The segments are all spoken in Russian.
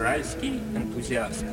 Уральский энтузиаст.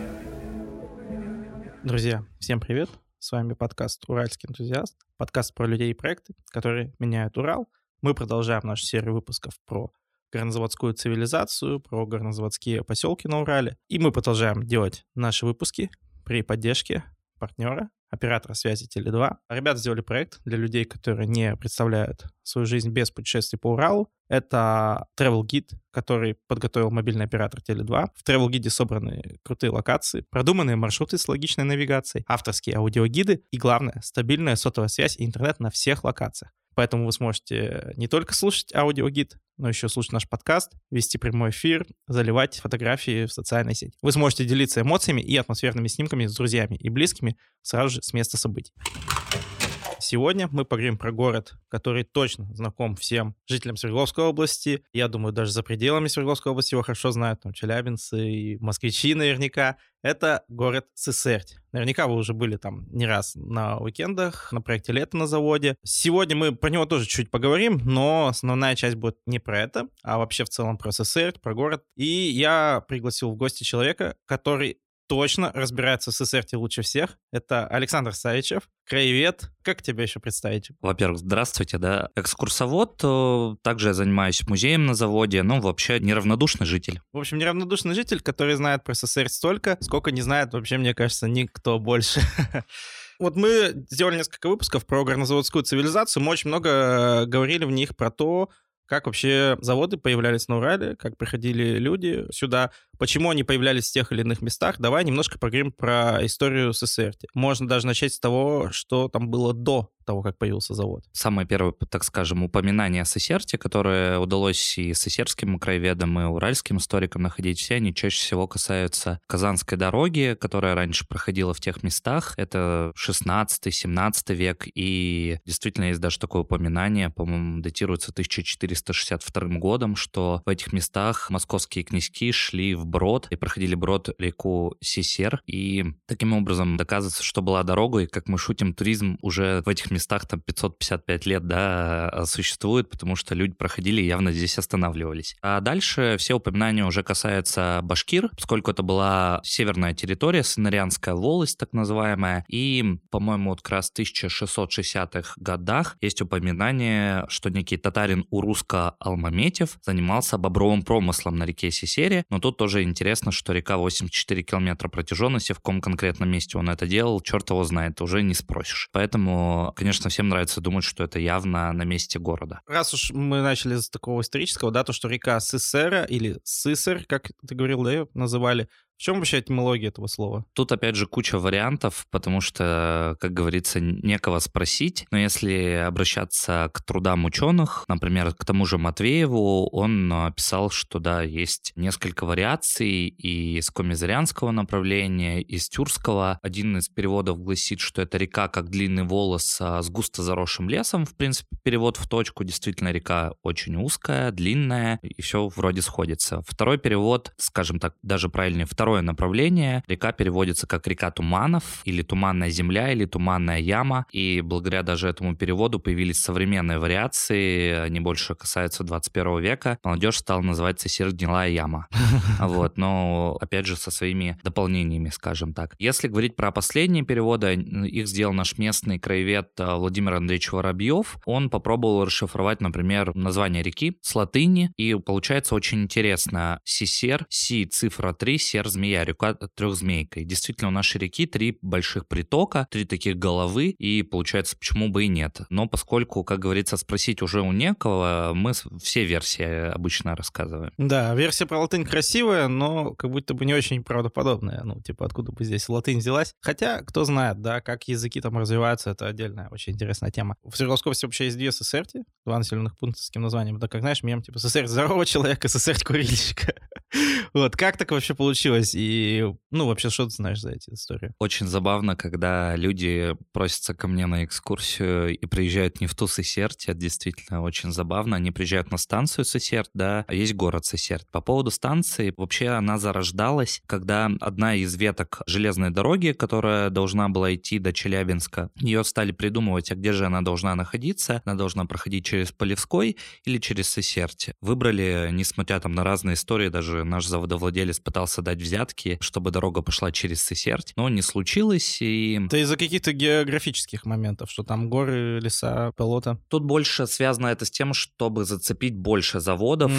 Друзья, всем привет! С вами подкаст «Уральский энтузиаст», подкаст про людей и проекты, которые меняют Урал. Мы продолжаем нашу серию выпусков про горнозаводскую цивилизацию, про горнозаводские поселки на Урале. И мы продолжаем делать наши выпуски при поддержке партнера, оператора связи Теле2. Ребята сделали проект для людей, которые не представляют свою жизнь без путешествий по Уралу. Это Travel Guide, который подготовил мобильный оператор Теле2. В Travel Guide собраны крутые локации, продуманные маршруты с логичной навигацией, авторские аудиогиды и, главное, стабильная сотовая связь и интернет на всех локациях. Поэтому вы сможете не только слушать аудиогид, но еще слушать наш подкаст, вести прямой эфир, заливать фотографии в социальной сети. Вы сможете делиться эмоциями и атмосферными снимками с друзьями и близкими сразу же с места событий. Сегодня мы поговорим про город, который точно знаком всем жителям Свердловской области. Я думаю, даже за пределами Свердловской области его хорошо знают, там, челябинцы и москвичи наверняка. Это город Сысерть. Наверняка вы уже были там не раз на уикендах, на проекте «Лето» на заводе. Сегодня мы про него тоже чуть поговорим, но основная часть будет не про это, а вообще в целом про Сысерть, про город. И я пригласил в гости человека, который точно разбирается в Сысерти лучше всех. Это Александр Савичев, краевед. Как тебя еще представить? Во-первых, здравствуйте, да. Экскурсовод, также я занимаюсь музеем на заводе, вообще неравнодушный житель. В общем, неравнодушный житель, который знает про Сысерть столько, сколько не знает вообще, мне кажется, никто больше. Вот мы сделали несколько выпусков про горнозаводскую цивилизацию, мы очень много говорили в них про то, как вообще заводы появлялись на Урале, как приходили люди сюда, почему они появлялись в тех или иных местах. Давай немножко поговорим про историю Сысерти. Можно даже начать с того, что там было до того, как появился завод. Самое первое, так скажем, упоминание о Сысерти, которое удалось и сысерским краеведам, и уральским историкам находить, все они чаще всего касаются Казанской дороги, которая раньше проходила в тех местах. Это 16-17 век, и действительно есть даже такое упоминание, по-моему, датируется 1462 годом, что в этих местах московские князьки шли вброд и проходили брод реку Сесер, и таким образом доказывается, что была дорога, и, как мы шутим, туризм уже в этих местах там 555 лет, да, существует, потому что люди проходили и явно здесь останавливались. А дальше все упоминания уже касаются башкир, поскольку это была северная территория, Сынарянская волость, так называемая, и, по-моему, вот как раз в 1660-х годах есть упоминание, что некий татарин Уруска-Алмаметьев занимался бобровым промыслом на реке Сесере, но тут тоже интересно, что река 84 километра протяженности, в каком конкретном месте он это делал, черт его знает, уже не спросишь. Поэтому, конечно, всем нравится думать, что это явно на месте города. Раз уж мы начали с такого исторического, да, то, что река Сысера или Сысер, как ты говорил, да, ее называли, в чем вообще этимология этого слова? Тут, опять же, куча вариантов, потому что, как говорится, некого спросить. Но если обращаться к трудам ученых, например, к тому же Матвееву, он писал, что, да, есть несколько вариаций и из комизарянского направления, и из тюркского. Один из переводов гласит, что это река как длинный волос с густо заросшим лесом. В принципе, перевод в точку. Действительно, река очень узкая, длинная, и все вроде сходится. Второй перевод, скажем так, даже правильнее, второе направление. Река переводится как река туманов, или туманная земля, или туманная яма. И благодаря даже этому переводу появились современные вариации. Они больше касаются 21 века. Молодежь стала называть Сысер гнилая яма. Вот, но опять же со своими дополнениями, скажем так. Если говорить про последние переводы, их сделал наш местный краевед Владимир Андреевич Воробьев. Он попробовал расшифровать, например, название реки с латыни, и получается очень интересно. Сесер, си цифра 3, сер змея, река трехзмейка. И действительно, у нашей реки 3 больших притока, 3 таких головы, и получается, почему бы и нет. Но поскольку, как говорится, спросить уже у некого, мы все версии обычно рассказываем. Да, версия про латынь красивая, но как будто бы не очень правдоподобная. Откуда бы здесь латынь взялась. Хотя, кто знает, да, как языки там развиваются, это отдельная очень интересная тема. В Свердловской области вообще есть 2 Сысерти, 2 населенных пункта с таким названием. Да, как знаешь, мем, Сысерть здорового человека, Сысерть курильщика. Вот, как так вообще получилось? И, вообще, что ты знаешь за эти истории? Очень забавно, когда люди просятся ко мне на экскурсию и приезжают не в ту Сысерть, это действительно очень забавно. Они приезжают на станцию Сысерть, да, а есть город Сысерть. По поводу станции, вообще она зарождалась, когда одна из веток железной дороги, которая должна была идти до Челябинска, ее стали придумывать, а где же она должна находиться. Она должна проходить через Полевской или через Сысерть. Выбрали, несмотря там на разные истории, даже наш завод заводовладелец пытался дать взятки, чтобы дорога пошла через Сысерть, но не случилось. И... Это из-за каких-то географических моментов, что там горы, леса, болота? Тут больше связано это с тем, чтобы зацепить больше заводов,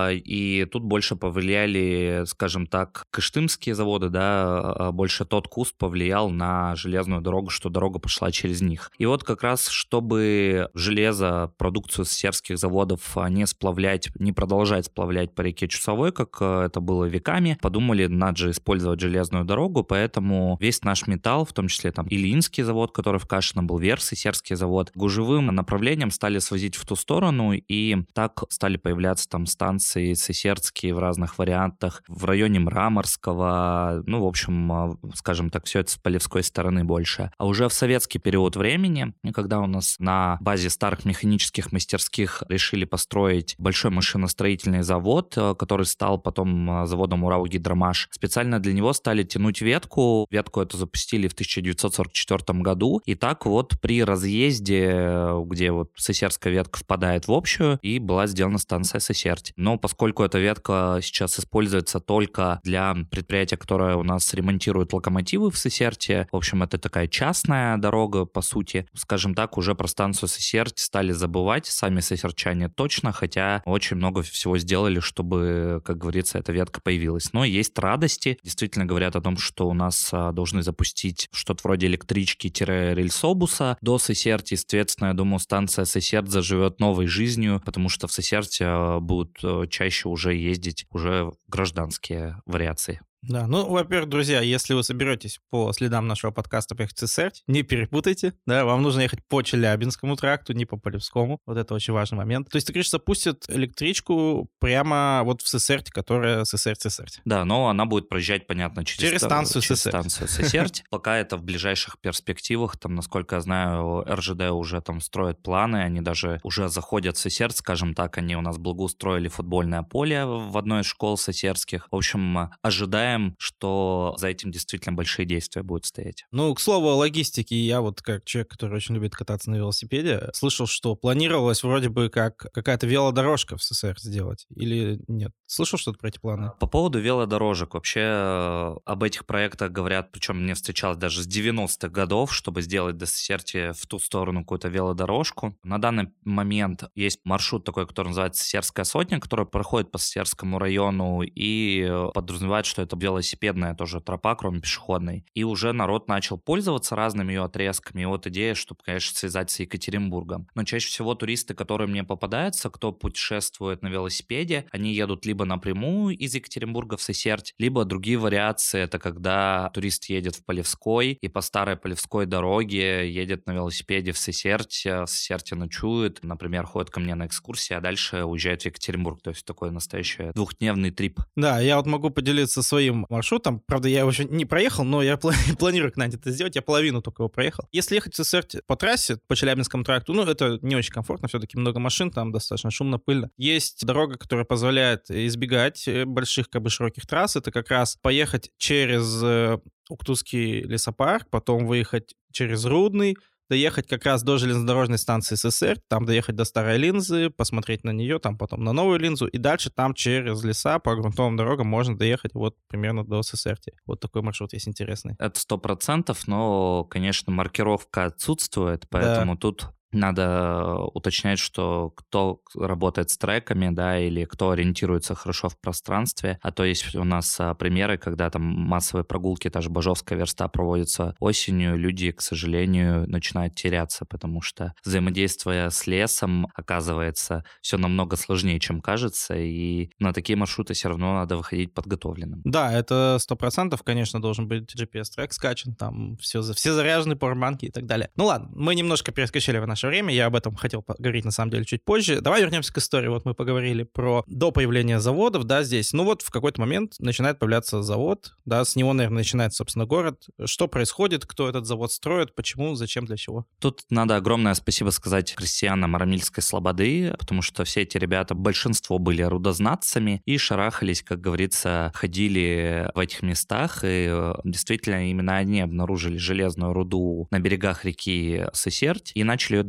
и тут больше повлияли, скажем так, кыштымские заводы, да, больше тот куст повлиял на железную дорогу, что дорога пошла через них. И вот как раз, чтобы железо, продукцию сысертских заводов не сплавлять, не продолжать сплавлять по реке Чусовой, как это было веками, подумали, надо же использовать железную дорогу, поэтому весь наш металл, в том числе там Ильинский завод, который в Кашино был, Сысертский завод, гужевым направлением стали свозить в ту сторону, и так стали появляться там станции сысертские в разных вариантах, в районе Мраморского, ну, в общем, скажем так, все это с полевской стороны больше. А уже в советский период времени, когда у нас на базе старых механических мастерских решили построить большой машиностроительный завод, который стал потом заводом Уралгидромаш, специально для него стали тянуть ветку. Ветку эту запустили в 1944 году, и так вот при разъезде, где вот Сысертская ветка впадает в общую, и была сделана станция Сысерть. Но поскольку эта ветка сейчас используется только для предприятия, которое у нас ремонтирует локомотивы в Сысерти, в общем, это такая частная дорога, по сути, скажем так, уже про станцию Сысерть стали забывать сами сысертчане точно, хотя очень много всего сделали, чтобы, как говорится, эта ветка появилась. Но есть радости. Действительно говорят о том, что у нас должны запустить что-то вроде электрички-рельсобуса до Сысерти. Соответственно, я думаю, станция Сысерть заживет новой жизнью, потому что в Сысерти будут чаще уже ездить уже гражданские вариации. Да, ну, во-первых, друзья, если вы соберетесь по следам нашего подкаста поехать в Сысерть, не перепутайте, да, вам нужно ехать по Челябинскому тракту, не по Полевскому, вот это очень важный момент. То есть, ты говоришь, запустят электричку прямо вот в Сысерть, которая Сысерть. Да, но она будет проезжать, понятно, через станцию Сысерть. Пока это в ближайших перспективах, там, насколько я знаю, РЖД уже там строят планы, они даже уже заходят в Сысерть, скажем так, они у нас благоустроили футбольное поле в одной из школ сысертских. В общем, ожидаем, что за этим действительно большие действия будут стоять. Ну, к слову о логистике, я вот как человек, который очень любит кататься на велосипеде, слышал, что планировалось вроде бы как какая-то велодорожка в СССР сделать, или нет? Слышал что-то про эти планы? По поводу велодорожек, вообще об этих проектах говорят, причем мне встречалось даже с 90-х годов, чтобы сделать до Сысерти в ту сторону какую-то велодорожку. На данный момент есть маршрут такой, который называется Сысертская сотня, который проходит по Сысертскому району и подразумевает, что это велосипедная тоже тропа, кроме пешеходной. И уже народ начал пользоваться разными ее отрезками. И вот идея, чтобы, конечно, связать с Екатеринбургом. Но чаще всего туристы, которые мне попадаются, кто путешествует на велосипеде, они едут либо напрямую из Екатеринбурга в Сысерть, либо другие вариации. Это когда турист едет в Полевской и по старой Полевской дороге едет на велосипеде в Сысерть, в Сысерти ночует, например, ходит ко мне на экскурсии, а дальше уезжает в Екатеринбург. То есть такой настоящий двухдневный трип. Да, я вот могу поделиться своим маршрутом. Правда, я его еще не проехал, но я планирую когда-нибудь это сделать. Я половину только его проехал. Если ехать в Сысерть по трассе, по Челябинскому тракту, ну, это не очень комфортно, все-таки много машин, там достаточно шумно, пыльно. Есть дорога, которая позволяет избегать больших, как бы, широких трасс. Это как раз поехать через Уктусский лесопарк, потом выехать через Рудный, доехать как раз до железнодорожной станции Сысерть, там доехать до Старой Линзы, посмотреть на нее, там потом на Новую Линзу, и дальше там через леса по грунтовым дорогам можно доехать вот примерно до Сысерти. Вот такой маршрут есть интересный. Это 100%, но, конечно, маркировка отсутствует, поэтому тут надо уточнять, что кто работает с треками, да, или кто ориентируется хорошо в пространстве. А то есть у нас примеры, когда там массовые прогулки, та же Бажовская верста проводятся осенью, люди, к сожалению, начинают теряться, потому что взаимодействие с лесом, оказывается, все намного сложнее, чем кажется, и на такие маршруты все равно надо выходить подготовленным. Да, это 100%, конечно, должен быть GPS-трек скачан, там все заряжены, пауэрбанки и так далее. Ну ладно, мы немножко перескочили в наше время, я об этом хотел поговорить на самом деле чуть позже. Давай вернемся к истории. Вот мы поговорили про до появления заводов, да, здесь. Ну вот в какой-то момент начинает появляться завод, да, с него, наверное, начинается, собственно, город. Что происходит, кто этот завод строит, почему, зачем, для чего? Тут надо огромное спасибо сказать крестьянам Арамильской слободы, потому что все эти ребята, большинство были рудознатцами и шарахались, как говорится, ходили в этих местах, и действительно именно они обнаружили железную руду на берегах реки Сысерть и начали ее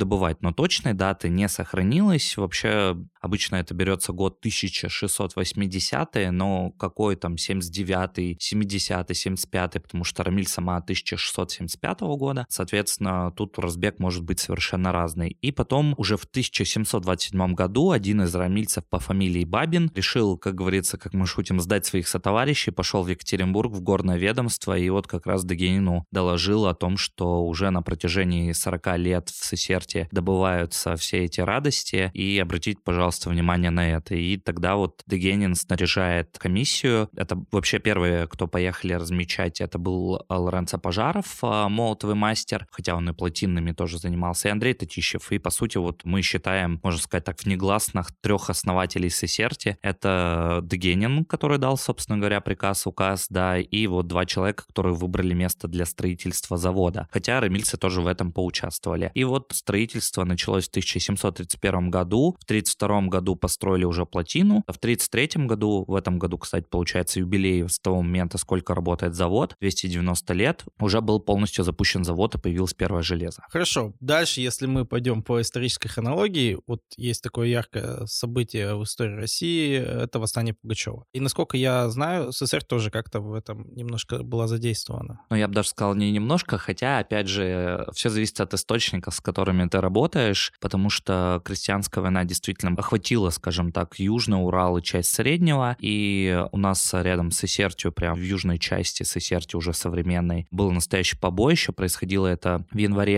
добывать, но точной даты не сохранилось. Вообще, обычно это берется год 1680, но какой там 79-й, 70-й, 75-й, потому что Рамиль сама 1675 года. Соответственно, тут разбег может быть совершенно разный. И потом уже в 1727 году один из рамильцев по фамилии Бабин решил, как говорится, как мы шутим, сдать своих сотоварищей, пошел в Екатеринбург в горное ведомство, и вот как раз Дегенину доложил о том, что уже на протяжении 40 лет в Сесерте добываются все эти радости, и обратите, пожалуйста, внимание на это. И тогда вот Дегенин снаряжает комиссию. Это вообще первые, кто поехали размечать, это был Лоренцо Пожаров, молотовый мастер, хотя он и плотинными тоже занимался, и Андрей Татищев. И, по сути, вот мы считаем, можно сказать так, внегласно трех основателей Сесерти. Это Дегенин, который дал, собственно говоря, приказ, указ, да, и вот два человека, которые выбрали место для строительства завода. Хотя рамильцы тоже в этом поучаствовали. И вот строительство началось в 1731 году, в 1732 году построили уже плотину, а в 1733 году, в этом году, кстати, получается юбилей с того момента, сколько работает завод, 290 лет, уже был полностью запущен завод и появилось первое железо. Хорошо. Дальше, если мы пойдем по исторической хронологии, вот есть такое яркое событие в истории России, это восстание Пугачева. И насколько я знаю, СССР тоже как-то в этом немножко была задействована. Ну, я бы даже сказал, не немножко, хотя, опять же, все зависит от источников, с которыми ты работаешь, потому что крестьянская война действительно охватила, скажем так, Южный Урал и часть Среднего, и у нас рядом с Сесертью, прям в южной части Сесерти уже современной, было настоящее побоище, происходило это в январе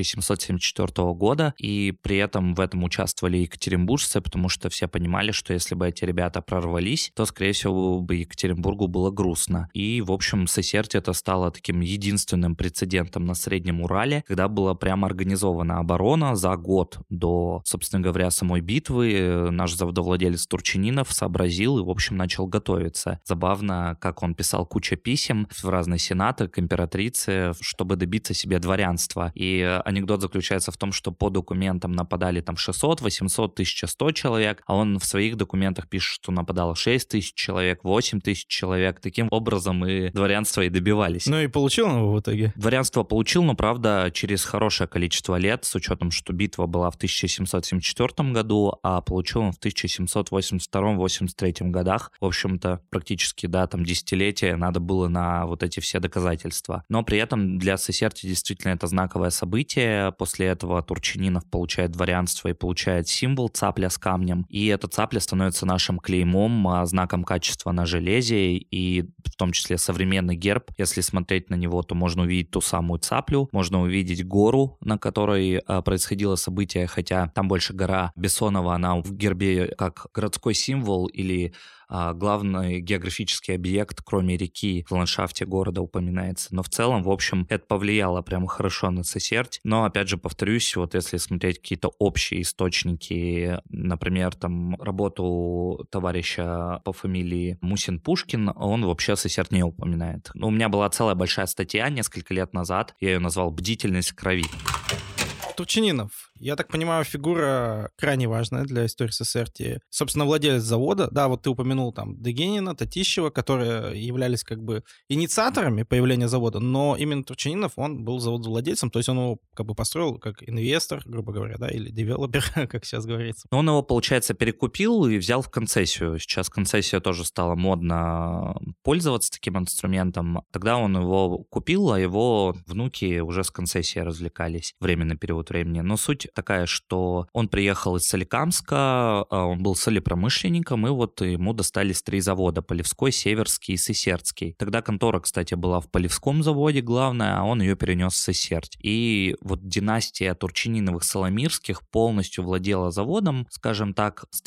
1774 года, и при этом в этом участвовали екатеринбуржцы, потому что все понимали, что если бы эти ребята прорвались, то, скорее всего, бы Екатеринбургу было грустно. И, в общем, Сесерть это стало таким единственным прецедентом на Среднем Урале, когда была прямо организована оборона за год до, собственно говоря, самой битвы. Наш заводовладелец Турчининов сообразил и, в общем, начал готовиться. Забавно, как он писал кучу писем в разные сенаты к императрице, чтобы добиться себе дворянства. И анекдот заключается в том, что по документам нападали там 600, 800, 1100 человек, а он в своих документах пишет, что нападало 6 тысяч человек, 8 тысяч человек. Таким образом и дворянства и добивались. Ну и получил он его в итоге? Дворянство получил, но, правда, через хорошее количество лет, с учетом, что битва была в 1774 году, а получил он в 1782-83 годах. В общем-то, практически, да, там десятилетия надо было на вот эти все доказательства. Но при этом для Сесерти действительно это знаковое событие. После этого Турчининов получает дворянство и получает символ цапля с камнем. И эта цапля становится нашим клеймом, знаком качества на железе, и в том числе современный герб. Если смотреть на него, то можно увидеть ту самую цаплю, можно увидеть гору, на которой происходило событие, хотя там больше гора Бессонова, она в гербе как городской символ или главный географический объект, кроме реки, в ландшафте города упоминается. Но в целом, в общем, это повлияло прямо хорошо на Сесерть. Но, опять же, повторюсь, вот если смотреть какие-то общие источники, например, там работу товарища по фамилии Мусин-Пушкин, он вообще Сесерть не упоминает. У меня была целая большая статья несколько лет назад, я ее назвал «Бдительность крови». Турчининов, я так понимаю, фигура крайне важная для истории Сесерти. Собственно, владелец завода, да, вот ты упомянул там Дегенина, Татищева, которые являлись как бы инициаторами появления завода, но именно Турчининов, он был заводовладельцем, то есть он его как бы построил как инвестор, грубо говоря, да, или девелопер, как сейчас говорится. Он его, получается, перекупил и взял в концессию. Сейчас концессия тоже стала модно пользоваться таким инструментом. Тогда он его купил, а его внуки уже с концессией развлекались временный период времени. Но суть такая, что он приехал из Соликамска, он был солепромышленником, и вот ему достались 3 завода: Полевской, Северский и Сесертский. Тогда контора, кстати, была в Полевском заводе главная, а он ее перенес в Сесерть. И вот династия Турчининовых-Соломирских полностью владела заводом, скажем так, с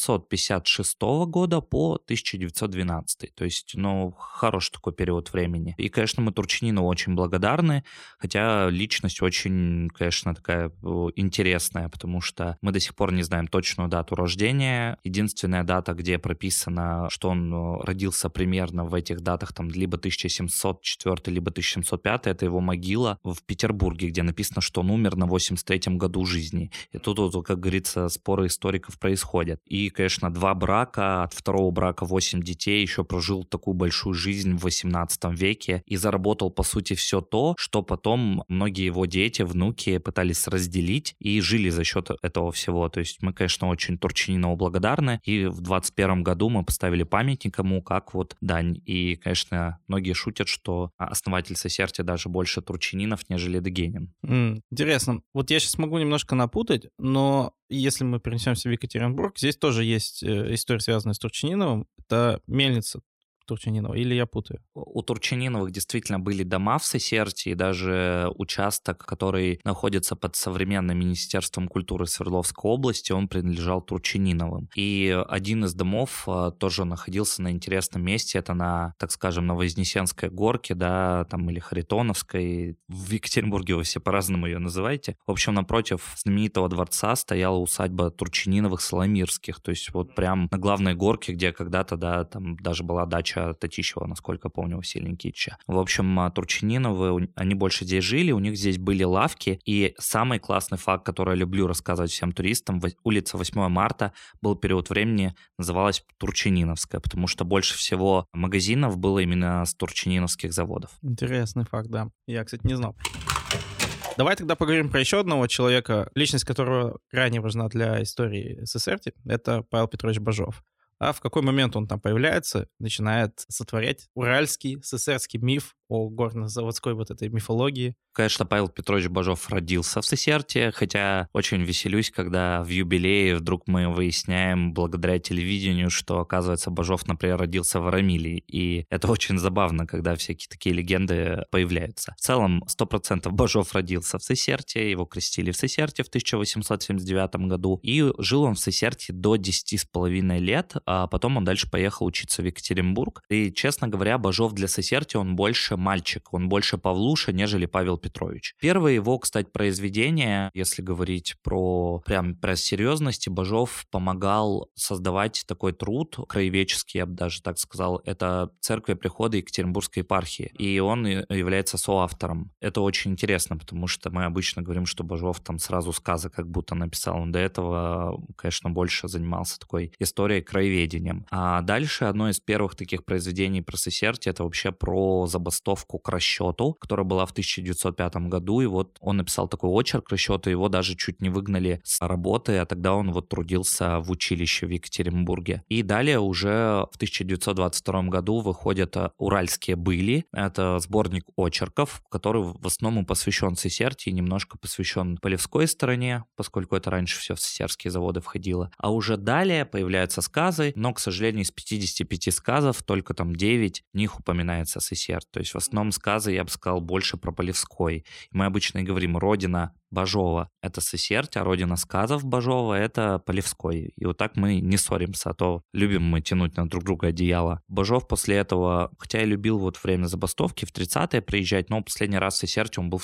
1756 года по 1912. То есть, ну, хороший такой период времени. И, конечно, мы Турчининову очень благодарны, хотя личность очень, конечно, такая интересная, потому что мы до сих пор не знаем точную дату рождения. Единственная дата, где прописано, что он родился примерно в этих датах, там, либо 1704, либо 1705, это его могила в Петербурге, где написано, что он умер на 83-м году жизни. И тут, вот, как говорится, споры историков происходят. И, конечно, 2 брака, от 2-го брака 8 детей, еще прожил такую большую жизнь в 18 веке и заработал, по сути, все то, что потом многие его дети, внуки пытались разделить, и жили за счет этого всего. То есть мы, конечно, очень Турчининову благодарны, и в 2021 году мы поставили памятник ему как вот дань. И, конечно, многие шутят, что основатель Сесерти даже больше Турчининов, нежели Дегенин. Интересно. Вот я сейчас могу немножко напутать, но если мы перенесемся в Екатеринбург, здесь тоже есть история, связанная с Турчининовым. Это мельница Турчининова, или я путаю? У Турчининовых действительно были дома в Сесерти, и даже участок, который находится под современным Министерством культуры Свердловской области, он принадлежал Турчининовым. И один из домов тоже находился на интересном месте, это на, так скажем, на Вознесенской горке, да, там, или Харитоновской. В Екатеринбурге вы все по-разному ее называете. В общем, напротив знаменитого дворца стояла усадьба Турчининовых Соломирских, то есть вот прям на главной горке, где когда-то, да, там даже была дача Татищева, насколько помню, Василия Никитича. В общем, Турчининовы, они больше здесь жили, у них здесь были лавки, и самый классный факт, который я люблю рассказывать всем туристам, улица 8 марта был период времени, называлась Турчининовская, потому что больше всего магазинов было именно с турчининовских заводов. Интересный факт, да. Я, кстати, не знал. Давай тогда поговорим про еще одного человека, личность которого крайне важна для истории Сесерти. Это Павел Петрович Бажов. А в какой момент он там появляется, начинает сотворять уральский, сесерский миф о горнозаводской вот этой мифологии. Конечно, Павел Петрович Бажов родился в Сесерти, хотя очень веселюсь, когда в юбилее вдруг мы выясняем благодаря телевидению, что, оказывается, Бажов, например, родился в Арамиле, и это очень забавно, когда всякие такие легенды появляются. В целом, 100% Бажов родился в Сесерти, его крестили в Сесерти в 1879 году, и жил он в Сесерти до 10,5 лет, а потом он дальше поехал учиться в Екатеринбург. И, честно говоря, Бажов для Сесерти он больше мальчик, он больше Павлуша, нежели Павел Петрович. Первое его, кстати, произведение, если говорить про серьезности, Бажов помогал создавать такой труд краеведческий, я бы даже так сказал, это «Церковь и приходы Екатеринбургской епархии», и он является соавтором. Это очень интересно, потому что мы обычно говорим, что Бажов там сразу сказы как будто написал, он до этого, конечно, больше занимался такой историей, краеведением. А дальше одно из первых таких произведений про Сесерти, это вообще про забастовку к расчету, которая была в 1905 году, и вот он написал такой очерк расчета, его даже чуть не выгнали с работы, а тогда он вот трудился в училище в Екатеринбурге. И далее уже в 1922 году выходят «Уральские были», это сборник очерков, который в основном посвящен Сесерти и немножко посвящен Полевской стороне, поскольку это раньше все в сесерские заводы входило. А уже далее появляются сказы, но, к сожалению, из 55 сказов только там 9 в них упоминается Сесерт. То есть в основном сказы, я бы сказал, больше про Полевской. Мы обычно и говорим «родина Бажова» — это Сесерть, а родина сказов Бажова — это Полевской. И вот так мы не ссоримся, а то любим мы тянуть на друг друга одеяло. Бажов после этого, хотя и любил вот время забастовки, в 30-е приезжать, но последний раз в Сесерте он был в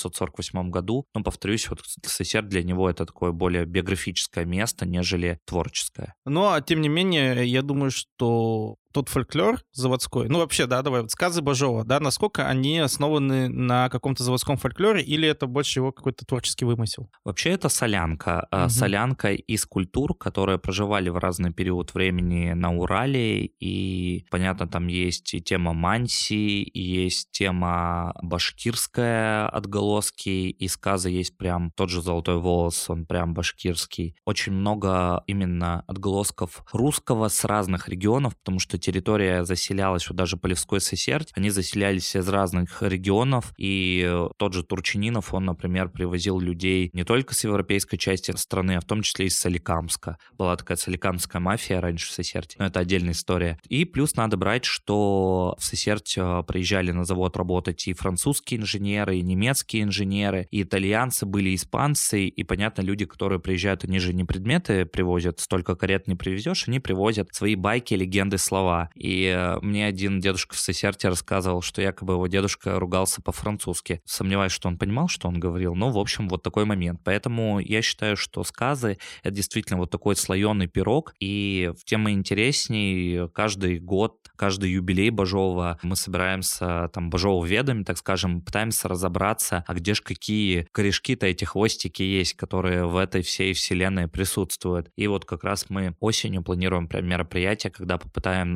1948 году. Но, повторюсь, вот Сесерт для него это такое более биографическое место, нежели творческое. Но, тем не менее, я думаю, что тот фольклор заводской, ну вообще, да, давай, вот сказы Бажова, да, насколько они основаны на каком-то заводском фольклоре, или это больше его какой-то творческий вымысел? Вообще это солянка. Солянка из культур, которые проживали в разный период времени на Урале, и, понятно, там есть и тема манси, и есть тема башкирская, отголоски, и сказы есть прям тот же «Золотой волос», он прям башкирский. Очень много именно отголосков русского с разных регионов, потому что территория заселялась, вот даже Полевской Сесерть, они заселялись из разных регионов, и тот же Турчининов, он, например, привозил людей не только с европейской части страны, а в том числе и из Соликамска. Была такая соликамская мафия раньше в Сесерти, но это отдельная история. И плюс надо брать, что в Сесерть приезжали на завод работать и французские инженеры, и немецкие инженеры, и итальянцы были, и испанцы, и, понятно, люди, которые приезжают, они же не предметы привозят, столько карет не привезешь, они привозят свои байки, легенды, слова. И мне один дедушка в Сесерти рассказывал, что якобы его дедушка ругался по-французски. Сомневаюсь, что он понимал, что он говорил, но, в общем, вот такой момент. Поэтому я считаю, что сказы — это действительно вот такой слоеный пирог, и тем интересней каждый год, каждый юбилей Бажова мы собираемся там бажововедами, так скажем, пытаемся разобраться, а где ж какие корешки-то эти хвостики есть, которые в этой всей вселенной присутствуют. И вот как раз мы осенью планируем прям мероприятие, когда попытаемся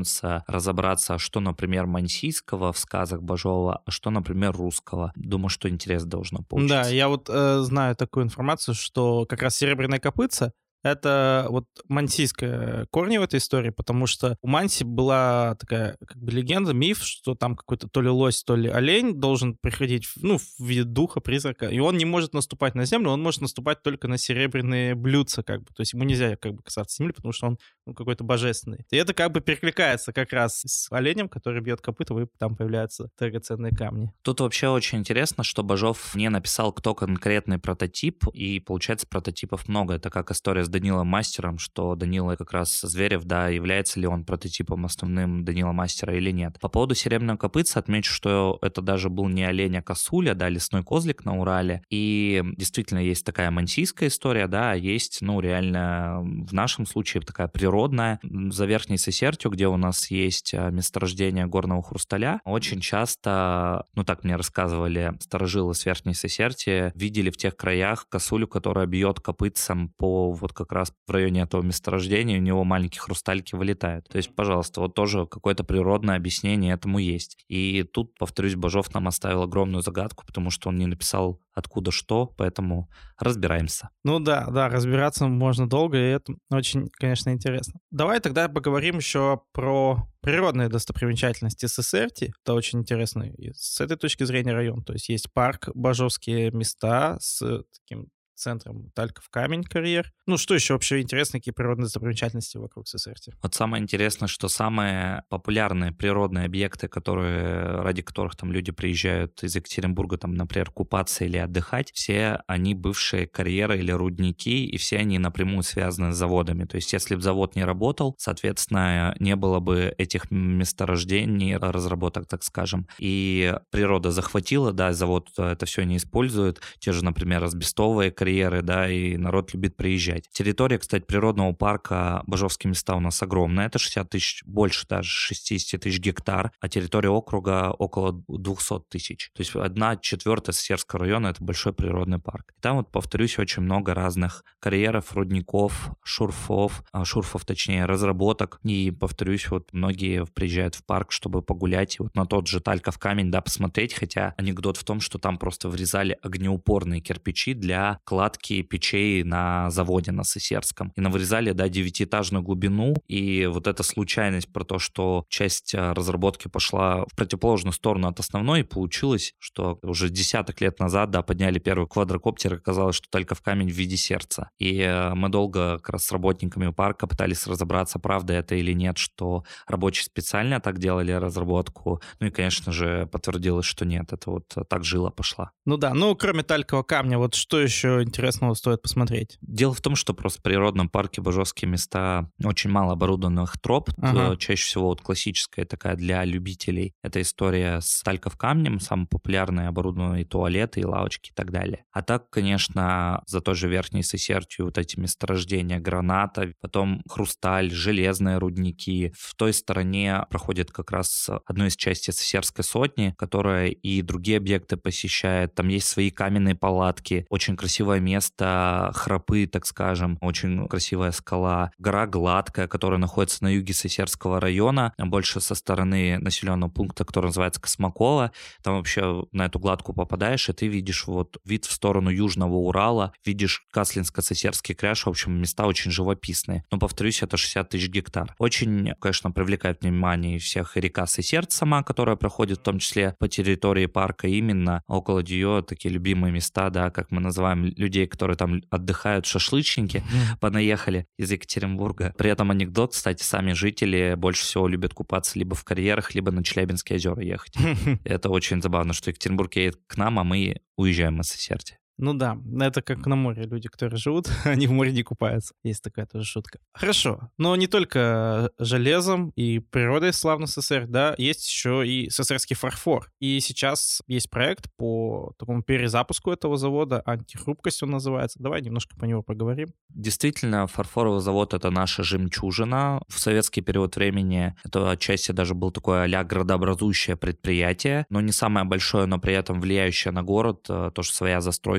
пытаемся разобраться, что, например, мансийского в сказах Бажова, а что, например, русского. Думаю, что интерес должно получиться. Да, я вот знаю такую информацию, что как раз «Серебряное копытце» — это вот мансийское корни в этой истории, потому что у Манси была такая как бы легенда, миф, что там какой-то то ли лось, то ли олень должен приходить, в виде духа, призрака, и он не может наступать на землю, он может наступать только на серебряные блюдца, как бы, то есть ему нельзя как бы касаться земли, потому что он какой-то божественный. И это как бы перекликается как раз с оленем, который бьет копытом, и там появляются драгоценные камни. Тут вообще очень интересно, что Бажов не написал, кто конкретный прототип, и получается прототипов много. Это как история с Данилом Мастером, что Данила как раз Зверев, да, является ли он прототипом основным Данила Мастера или нет. По поводу серебряного копытца отмечу, что это даже был не олень, а косуля, да, лесной козлик на Урале. И действительно есть такая мансийская история, да, а есть, реально в нашем случае такая природная. За Верхней Сысертью, где у нас есть месторождение горного хрусталя, очень часто, так мне рассказывали старожилы с Верхней Сысерти, видели в тех краях косулю, которая бьет копытцем по вот как раз в районе этого месторождения, у него маленькие хрустальки вылетают. То есть, пожалуйста, вот тоже какое-то природное объяснение этому есть. И тут, повторюсь, Бажов нам оставил огромную загадку, потому что он не написал откуда что, поэтому разбираемся. Да, разбираться можно долго, и это очень, конечно, интересно. Давай тогда поговорим еще про природные достопримечательности Сысерти. Это очень интересный с этой точки зрения район. То есть есть парк, бажовские места с таким центром Тальков камень, карьер. Что еще вообще интересно, какие природные достопримечательности вокруг Сысерти? Вот самое интересное, что самые популярные природные объекты, ради которых там люди приезжают из Екатеринбурга, там, например, купаться или отдыхать, все они бывшие карьеры или рудники, и все они напрямую связаны с заводами. То есть если бы завод не работал, соответственно, не было бы этих месторождений, разработок, так скажем. И природа захватила, да, завод это все не использует. Те же, например, асбестовые карьеры, да, и народ любит приезжать. Территория, кстати, природного парка Бажовские места у нас огромная, это 60 тысяч, больше даже 60 тысяч гектар, а территория округа около 200 тысяч. То есть 1/4 Сысерского района — это большой природный парк. И там, вот повторюсь, очень много разных карьеров, рудников, шурфов точнее, разработок. И, повторюсь, вот многие приезжают в парк, чтобы погулять, и вот на тот же Тальков камень, да, посмотреть, хотя анекдот в том, что там просто врезали огнеупорные кирпичи для кладки печей на заводе на Сысерском. И наврезали, да, 9-этажную глубину. И вот эта случайность про то, что часть разработки пошла в противоположную сторону от основной, и получилось, что уже десяток лет назад, да, подняли первый квадрокоптер, и оказалось, что Тальков камень в виде сердца. И мы долго как раз с работниками парка пытались разобраться, правда это или нет, что рабочие специально так делали разработку. И, конечно же, подтвердилось, что нет, это вот так жила пошла. Кроме Талькова камня, вот что еще интересного стоит посмотреть? Дело в том, что просто в природном парке Бажовские места очень мало оборудованных троп. Чаще всего вот классическая такая для любителей. Это история с Тальков камнем, самые популярные оборудованные туалеты и лавочки и так далее. А так, конечно, за той же Верхней Сысертью вот эти месторождения граната, потом хрусталь, железные рудники. В той стороне проходит как раз одну из частей Сысерской сотни, которая и другие объекты посещает. Там есть свои каменные палатки, очень красивое место, Храпы, так скажем, очень красивая скала. Гора Гладкая, которая находится на юге Сысерского района, больше со стороны населенного пункта, который называется Космакова. Там вообще на эту гладку попадаешь, и ты видишь вот вид в сторону Южного Урала, видишь Каслинско-Сысерский кряж, в общем, места очень живописные. Но, повторюсь, это 60 тысяч гектар. Очень, конечно, привлекает внимание всех река Сысерть сама, которая проходит в том числе по территории парка. Именно около нее такие любимые места, да, как мы называем людей, которые там отдыхают, шашлычники, понаехали из Екатеринбурга. При этом анекдот, кстати, сами жители больше всего любят купаться либо в карьерах, либо на Челябинские озера ехать. Это очень забавно, что Екатеринбург едет к нам, а мы уезжаем из Сысерти. Это как на море люди, которые живут, они в море не купаются. Есть такая тоже шутка. Хорошо, но не только железом и природой славна Сысерть, да, есть еще и сысерский фарфор. И сейчас есть проект по такому перезапуску этого завода, антихрупкость он называется. Давай немножко по него поговорим. Действительно, фарфоровый завод — это наша жемчужина. В советский период времени это отчасти даже был такое а-ля градообразующее предприятие, но не самое большое, но при этом влияющее на город, тоже своя застройка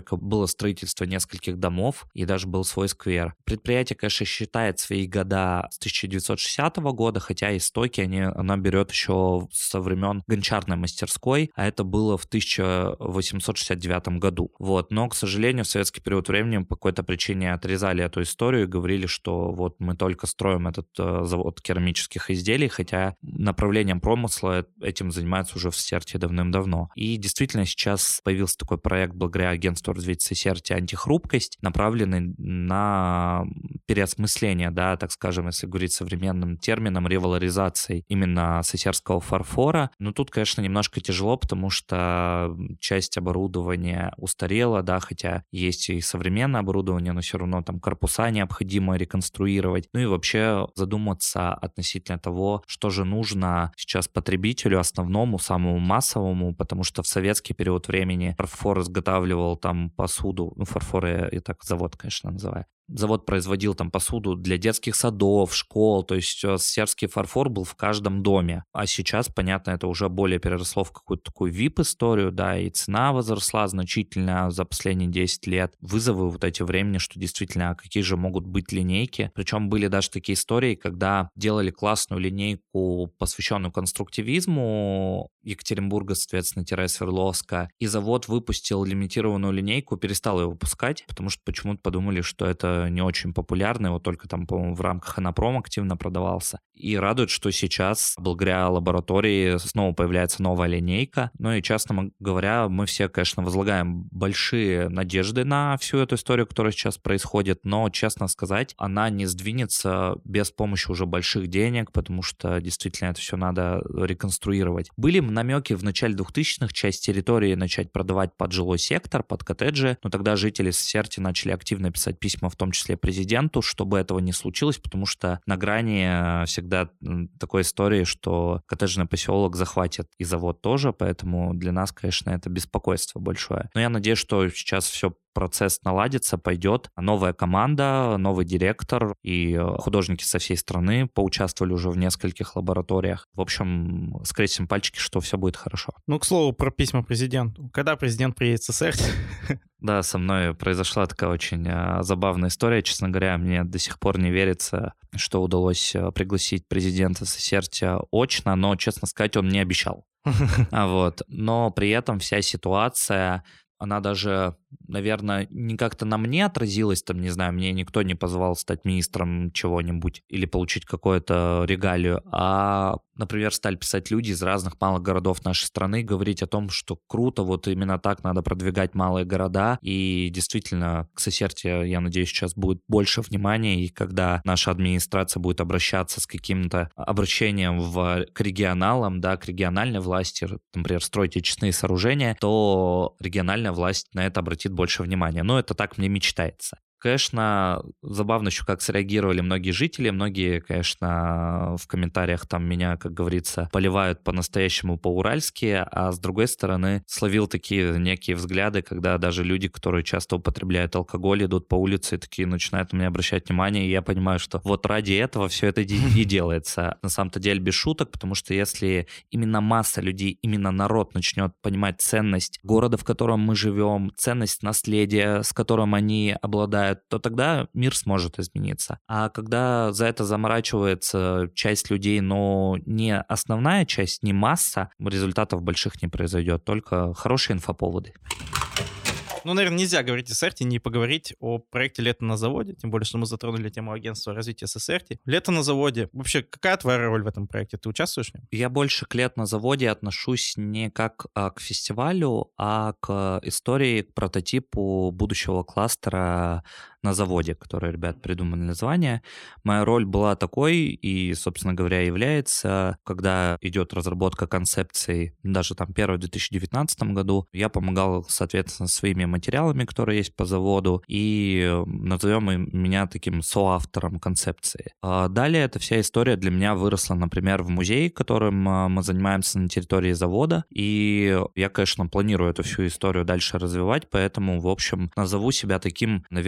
постройка, было строительство нескольких домов и даже был свой сквер. Предприятие, конечно, считает свои года с 1960 года, хотя истоки она берет еще со времен гончарной мастерской, а это было в 1869 году. Вот. Но, к сожалению, в советский период времени по какой-то причине отрезали эту историю и говорили, что вот мы только строим этот завод керамических изделий, хотя направлением промысла этим занимаются уже в Сесерте давным-давно. И действительно сейчас появился такой проект благодаря агентству развития Сесерте «Антихрупкость», направленный на переосмысление, да, так скажем, если говорить современным термином, ревалоризации именно сесерского фарфора. Но тут, конечно, немножко тяжело, потому что часть оборудования устарела, да, хотя есть и современное оборудование, но все равно там корпуса необходимо реконструировать. Ну и вообще задуматься относительно того, что же нужно сейчас потребителю основному, самому массовому, потому что в советский период времени фарфор изготавливал там посуду, ну фарфор я так завод, конечно, называю. Завод производил там посуду для детских садов, школ, то есть сесерский фарфор был в каждом доме. А сейчас, понятно, это уже более переросло в какую-то такую VIP-историю, да, и цена возросла значительно за последние 10 лет. Вызовы вот эти времени, что действительно, какие же могут быть линейки. Причем были даже такие истории, когда делали классную линейку, посвященную конструктивизму Екатеринбурга, соответственно, Свердловска, и завод выпустил лимитированную линейку, перестал ее выпускать, потому что почему-то подумали, что это не очень популярный, вот только там, по-моему, в рамках Инопром активно продавался. И радует, что сейчас, благодаря лаборатории, снова появляется новая линейка. Ну и, честно говоря, мы все, конечно, возлагаем большие надежды на всю эту историю, которая сейчас происходит, но, честно сказать, она не сдвинется без помощи уже больших денег, потому что действительно это все надо реконструировать. Были намеки в начале 2000-х часть территории начать продавать под жилой сектор, под коттеджи, но тогда жители Сесерти начали активно писать письма, в том числе президенту, чтобы этого не случилось, потому что на грани всегда такой истории, что коттеджный поселок захватит и завод тоже, поэтому для нас, конечно, это беспокойство большое. Но я надеюсь, что сейчас все процесс наладится, пойдет. Новая команда, новый директор и художники со всей страны поучаствовали уже в нескольких лабораториях. В общем, скрестим пальчики, что все будет хорошо. Ну, к слову, про письма президенту. Когда президент приедет в Сесерти? Да, со мной произошла такая очень забавная история. Честно говоря, мне до сих пор не верится, что удалось пригласить президента Сесерти очно, но, честно сказать, он не обещал. Но при этом вся ситуация, она даже, наверное, не как-то на мне отразилась, там, не знаю, мне никто не позвал стать министром чего-нибудь или получить какую-то регалию, а, например, стали писать люди из разных малых городов нашей страны, говорить о том, что круто, вот именно так надо продвигать малые города, и действительно к Сесерти, я надеюсь, сейчас будет больше внимания, и когда наша администрация будет обращаться с каким-то обращением к регионалам, да, к региональной власти, например, строить очистные сооружения, то региональная власть на это обратит больше внимания. Но это так мне мечтается. Конечно, забавно еще, как среагировали многие жители. Многие, конечно, в комментариях там меня, как говорится, поливают по-настоящему по-уральски, а с другой стороны словил такие некие взгляды, когда даже люди, которые часто употребляют алкоголь, идут по улице и такие начинают на меня обращать внимание, и я понимаю, что вот ради этого все это и делается. На самом-то деле без шуток, потому что если именно масса людей, именно народ начнет понимать ценность города, в котором мы живем, ценность наследия, с которым они обладают, то тогда мир сможет измениться. А когда за это заморачивается часть людей, но не основная часть, не масса, результатов больших не произойдет, только хорошие инфоповоды. Ну, наверное, нельзя говорить о Сесерти, не поговорить о проекте «Лето на заводе», тем более, что мы затронули тему агентства развития Сесерти. «Лето на заводе». Вообще, какая твоя роль в этом проекте? Ты участвуешь в нем? Я больше к «Лето на заводе» отношусь не как к фестивалю, а к истории, к прототипу будущего кластера на заводе, который ребят придумали название. Моя роль была такой и, собственно говоря, является, когда идет разработка концепции, даже там первой в 2019 году, я помогал, соответственно, своими материалами, которые есть по заводу, и назовем меня таким соавтором концепции. А далее эта вся история для меня выросла, например, в музей, которым мы занимаемся на территории завода, и я, конечно, планирую эту всю историю дальше развивать, поэтому, в общем, назову себя таким, наверное, внешне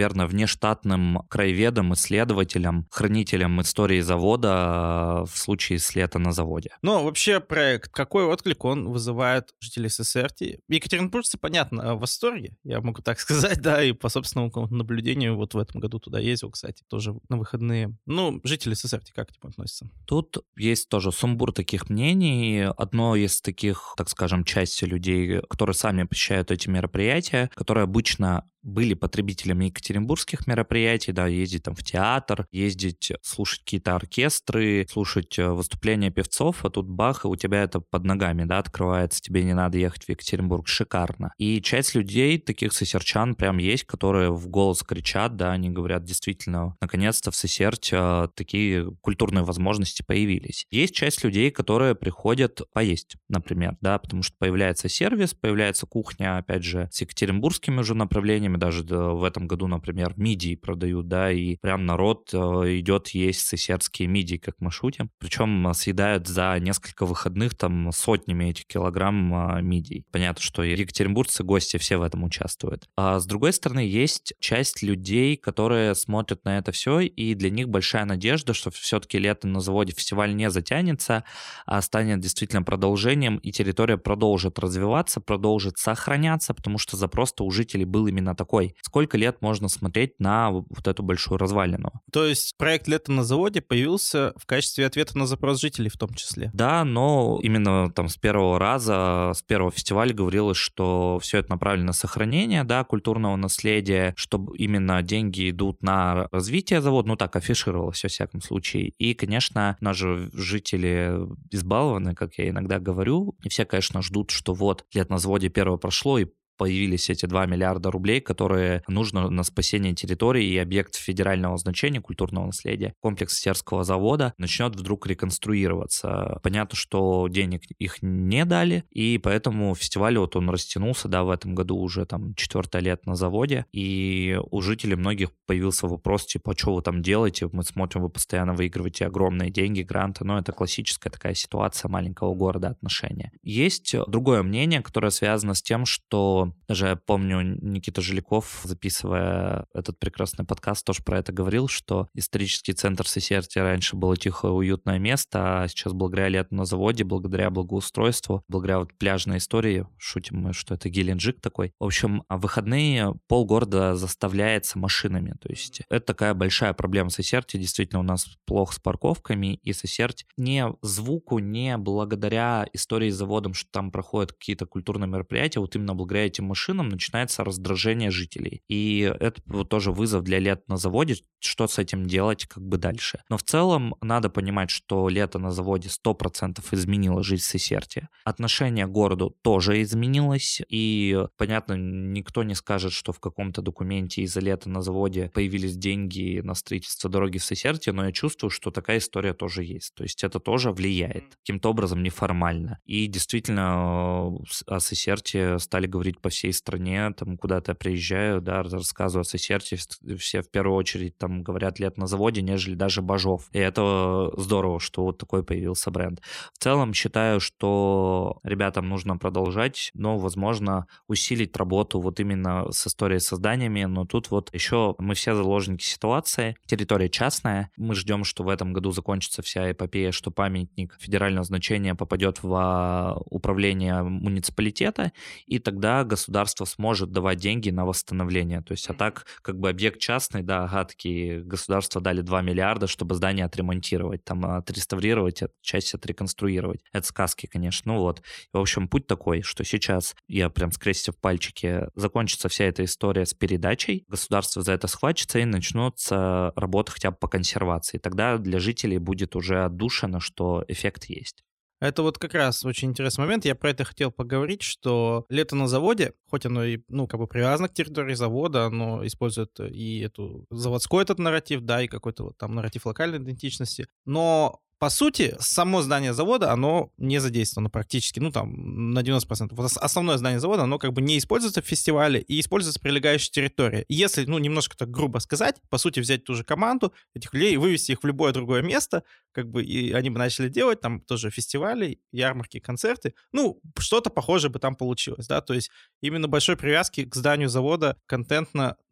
внештатным краеведом, исследователем, хранителем истории завода в случае, если это на заводе. Ну, вообще проект, какой отклик он вызывает жителей СССР? Екатеринбуржцы, понятно, в восторге, я могу так сказать, да, и по собственному наблюдению вот в этом году туда ездил, кстати, тоже на выходные. Ну, жители СССР как к ним относятся? Тут есть тоже сумбур таких мнений. Одно из таких, так скажем, части людей, которые сами посещают эти мероприятия, которые обычно были потребителями екатеринбургских мероприятий, да, ездить там в театр, ездить, слушать какие-то оркестры, слушать выступления певцов, а тут бах, и у тебя это под ногами, да, открывается, тебе не надо ехать в Екатеринбург, шикарно. И часть людей, таких сосерчан, прям есть, которые в голос кричат, да, они говорят, действительно, наконец-то в Сесерте такие культурные возможности появились. Есть часть людей, которые приходят поесть, например, да, потому что появляется сервис, появляется кухня, опять же, с екатеринбургскими уже направлениями, даже в этом году, например, мидии продают, да, и прям народ идет есть сесердские мидии, как мы шутим. Причем съедают за несколько выходных там сотнями этих килограмм мидий. Понятно, что екатеринбуржцы, гости, все в этом участвуют. А с другой стороны, есть часть людей, которые смотрят на это все, и для них большая надежда, что все-таки лето на заводе фестиваль не затянется, а станет действительно продолжением, и территория продолжит развиваться, продолжит сохраняться, потому что запрос-то у жителей был именно такой. Сколько лет можно смотреть на вот эту большую развалину? То есть проект «Лето на заводе» появился в качестве ответа на запрос жителей в том числе? Да, но именно там с первого раза, с первого фестиваля говорилось, что все это направлено на сохранение, да, культурного наследия, что именно деньги идут на развитие завода, ну так афишировалось во всяком случае. И, конечно, наши жители избалованы, как я иногда говорю, и все, конечно, ждут, что вот «Лето на заводе» первое прошло, и появились эти 2 миллиарда рублей, которые нужно на спасение территории, и объект федерального значения культурного наследия, комплекс Сесердского завода, начнет вдруг реконструироваться. Понятно, что денег их не дали, и поэтому фестиваль вот он растянулся, да, в этом году уже там 4-е лето на заводе, и у жителей многих появился вопрос, типа, а что вы там делаете? Мы смотрим, вы постоянно выигрываете огромные деньги, гранты, но это классическая такая ситуация маленького города, отношения. Есть другое мнение, которое связано с тем, что даже я помню, Никита Жиляков, записывая этот прекрасный подкаст, тоже про это говорил, что исторический центр Сесерти раньше было тихое, уютное место, а сейчас благодаря лету на заводе, благодаря благоустройству, благодаря вот пляжной истории, шутим мы, что это Геленджик такой. В общем, в выходные полгорода заставляется машинами, то есть это такая большая проблема Сесерти, действительно у нас плохо с парковками, и Сесерть не звуку, не благодаря истории с заводом, что там проходят какие-то культурные мероприятия, вот именно благодаря этим машинам начинается раздражение жителей. И это вот тоже вызов для лета на заводе, что с этим делать как бы дальше. Но в целом надо понимать, что лето на заводе 100% изменило жизнь Сесерти. Отношение к городу тоже изменилось. И, понятно, никто не скажет, что в каком-то документе из-за лета на заводе появились деньги на строительство дороги в Сесерти, но я чувствую, что такая история тоже есть. То есть это тоже влияет каким-то образом неформально. И действительно о Сесерти стали говорить по всей стране, там куда-то я приезжаю, да, рассказываю о Сесерти, все в первую очередь там говорят «Лето на заводе», нежели даже Бажов. И это здорово, что вот такой появился бренд. В целом считаю, что ребятам нужно продолжать, но, возможно, усилить работу вот именно с историей с созданиями, но тут вот еще мы все заложники ситуации, территория частная, мы ждем, что в этом году закончится вся эпопея, что памятник федерального значения попадет в управление муниципалитета, и тогда государство сможет давать деньги на восстановление. То есть, а так, как бы объект частный, да, ага, такие государства дали 2 миллиарда, чтобы здание отремонтировать, там, отреставрировать, часть отреконструировать. Это сказки, конечно. Ну вот. В общем, путь такой, что сейчас, я прям скрестив пальчики, закончится вся эта история с передачей, государство за это схватится и начнутся работы хотя бы по консервации. Тогда для жителей будет уже отдушено, что эффект есть. Это вот как раз очень интересный момент. Я про это хотел поговорить, что лето на заводе, хоть оно и, ну, как бы привязано к территории завода, оно использует и эту заводской этот нарратив, да, и какой-то вот там нарратив локальной идентичности, но по сути, само здание завода, оно не задействовано практически, ну, там, на 90%. Вот основное здание завода, оно как бы не используется в фестивале и используется прилегающая территория. И если, ну, немножко так грубо сказать, по сути, взять ту же команду этих людей и вывести их в любое другое место, как бы, и они бы начали делать там тоже фестивали, ярмарки, концерты, ну, что-то похожее бы там получилось, да, то есть именно большой привязки к зданию завода контентно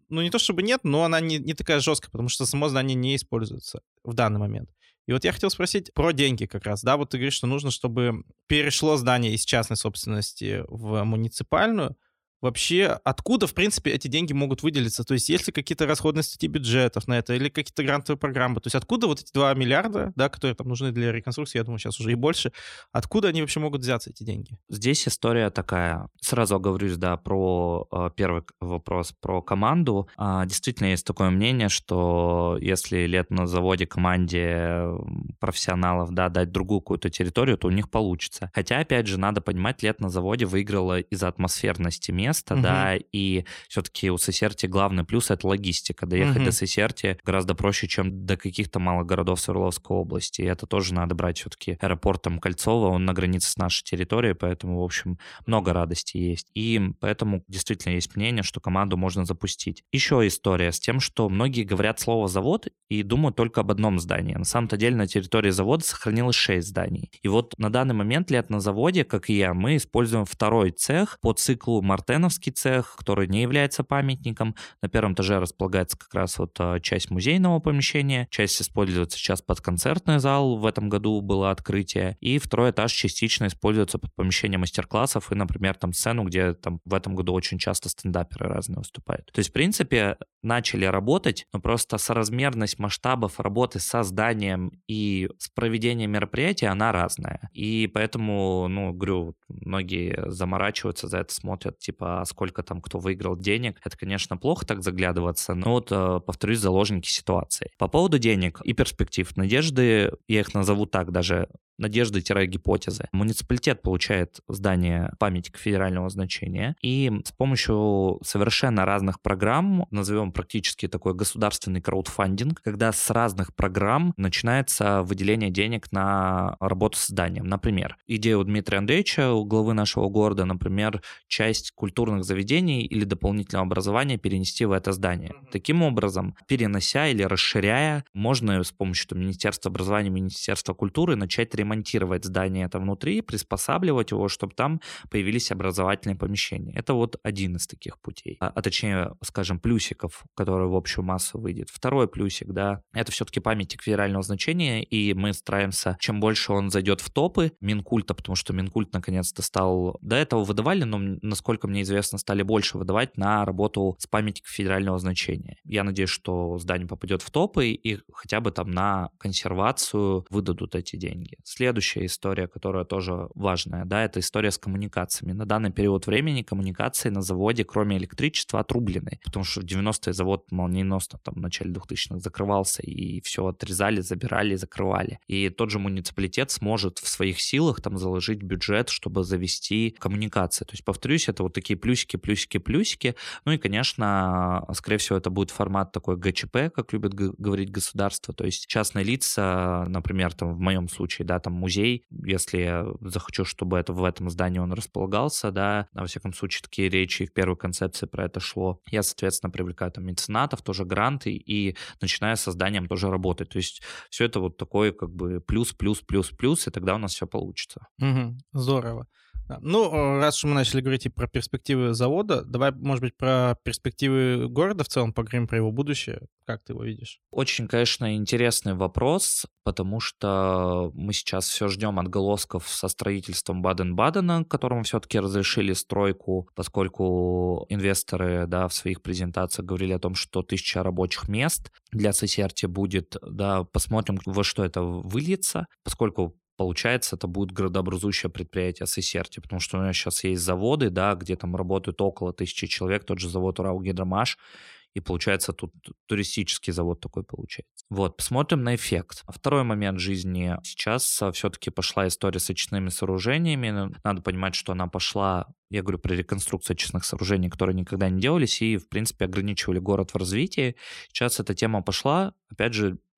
ну, не то чтобы нет, но она не такая жесткая, потому что само здание не используется в данный момент. И вот я хотел спросить про деньги как раз, да, вот ты говоришь, что нужно, чтобы перешло здание из частной собственности в муниципальную. Вообще, откуда, в принципе, эти деньги могут выделиться? То есть есть ли какие-то расходные статьи бюджетов на это или какие-то грантовые программы? То есть откуда вот эти 2 миллиарда, да, которые там нужны для реконструкции, я думаю, сейчас уже и больше, откуда они вообще могут взяться, эти деньги? Здесь история такая. Сразу оговорюсь, да, про первый вопрос, про команду. Действительно, есть такое мнение, что если лет на заводе команде профессионалов, да, дать другую какую-то территорию, то у них получится. Хотя, опять же, надо понимать, лет на заводе выиграла из-за атмосферности места, да, и все-таки у Сесерти главный плюс — это логистика. Доехать до Сесерти гораздо проще, чем до каких-то малых городов Свердловской области. И это тоже надо брать все-таки аэропортом Кольцово, он на границе с нашей территорией, поэтому, в общем, много радости есть. И поэтому действительно есть мнение, что команду можно запустить. Еще история с тем, что многие говорят слово «завод» и думают только об одном здании. На самом-то деле на территории завода сохранилось 6 зданий. И вот на данный момент лет на заводе, как и я, мы используем второй цех по циклу Мартеновский цех, который не является памятником. На первом этаже располагается как раз вот часть музейного помещения, часть используется сейчас под концертный зал, в этом году было открытие, и второй этаж частично используется под помещение мастер-классов и, например, там сцену, где там в этом году очень часто стендаперы разные выступают. То есть, в принципе, начали работать, но просто соразмерность масштабов работы со зданием и с проведением мероприятия, она разная. И поэтому, ну, говорю, многие заморачиваются за это, смотрят, типа, сколько там кто выиграл денег. Это, конечно, плохо так заглядываться, но вот, повторюсь, заложники ситуации. По поводу денег и перспектив, надежды, я их назову так даже, надежды-гипотезы. Муниципалитет получает здание памятника федерального значения, и с помощью совершенно разных программ, назовем практически такой государственный краудфандинг, когда с разных программ начинается выделение денег на работу с зданием. Например, идея у Дмитрия Андреевича, у главы нашего города, например, часть культурных заведений или дополнительного образования перенести в это здание. Таким образом, перенося или расширяя, можно с помощью Министерства образования, Министерства культуры начать ремонтировать здание это внутри, приспосабливать его, чтобы там появились образовательные помещения. Это вот один из таких путей, а точнее, скажем, плюсиков, который в общую массу выйдет. Второй плюсик, да, это все-таки памятник федерального значения, и мы стараемся, чем больше он зайдет в топы Минкульта, потому что Минкульт наконец-то стал, до этого выдавали, но, насколько мне известно, стали больше выдавать на работу с памятником федерального значения. Я надеюсь, что здание попадет в топы и хотя бы там на консервацию выдадут эти деньги. Следующая история, которая тоже важная, да, это история с коммуникациями. На данный период времени коммуникации на заводе, кроме электричества, отрублены, потому что в 90-е завод молниеносно там в начале 2000-х закрывался, и все отрезали, забирали, закрывали. И тот же муниципалитет сможет в своих силах там заложить бюджет, чтобы завести коммуникации. То есть, повторюсь, это вот такие плюсики, плюсики, плюсики. Ну и, конечно, скорее всего, это будет формат такой ГЧП, как любит говорить государство. То есть частные лица, например, там в моем случае, да, там музей, если я захочу, чтобы это в этом здании он располагался, да, во всяком случае, такие речи в первой концепции про это шло. Я, соответственно, привлекаю там меценатов, тоже гранты, и начинаю с созданием тоже работать. То есть все это вот такой как бы плюс, плюс, плюс, плюс, и тогда у нас все получится. Здорово. Ну, раз уж мы начали говорить и про перспективы завода, давай, может быть, про перспективы города в целом поговорим, про его будущее. Как ты его видишь? Очень, конечно, интересный вопрос, потому что мы сейчас все ждем отголосков со строительством Баден-Бадена, которому все-таки разрешили стройку, поскольку инвесторы, да, в своих презентациях говорили о том, что 1000 рабочих мест для Сесерти будет, да, посмотрим, во что это выльется, поскольку получается, это будет градообразующее предприятие Сесерти, потому что у нас сейчас есть заводы, да, где там работают около 1000 человек, тот же завод Уралгидромаш, и получается тут туристический завод такой получается. Вот, посмотрим на эффект. Второй момент жизни. Сейчас все-таки пошла история с очистными сооружениями. Надо понимать, что она пошла, я говорю про реконструкцию очистных сооружений, которые никогда не делались и, в принципе, ограничивали город в развитии. Сейчас эта тема пошла, опять же,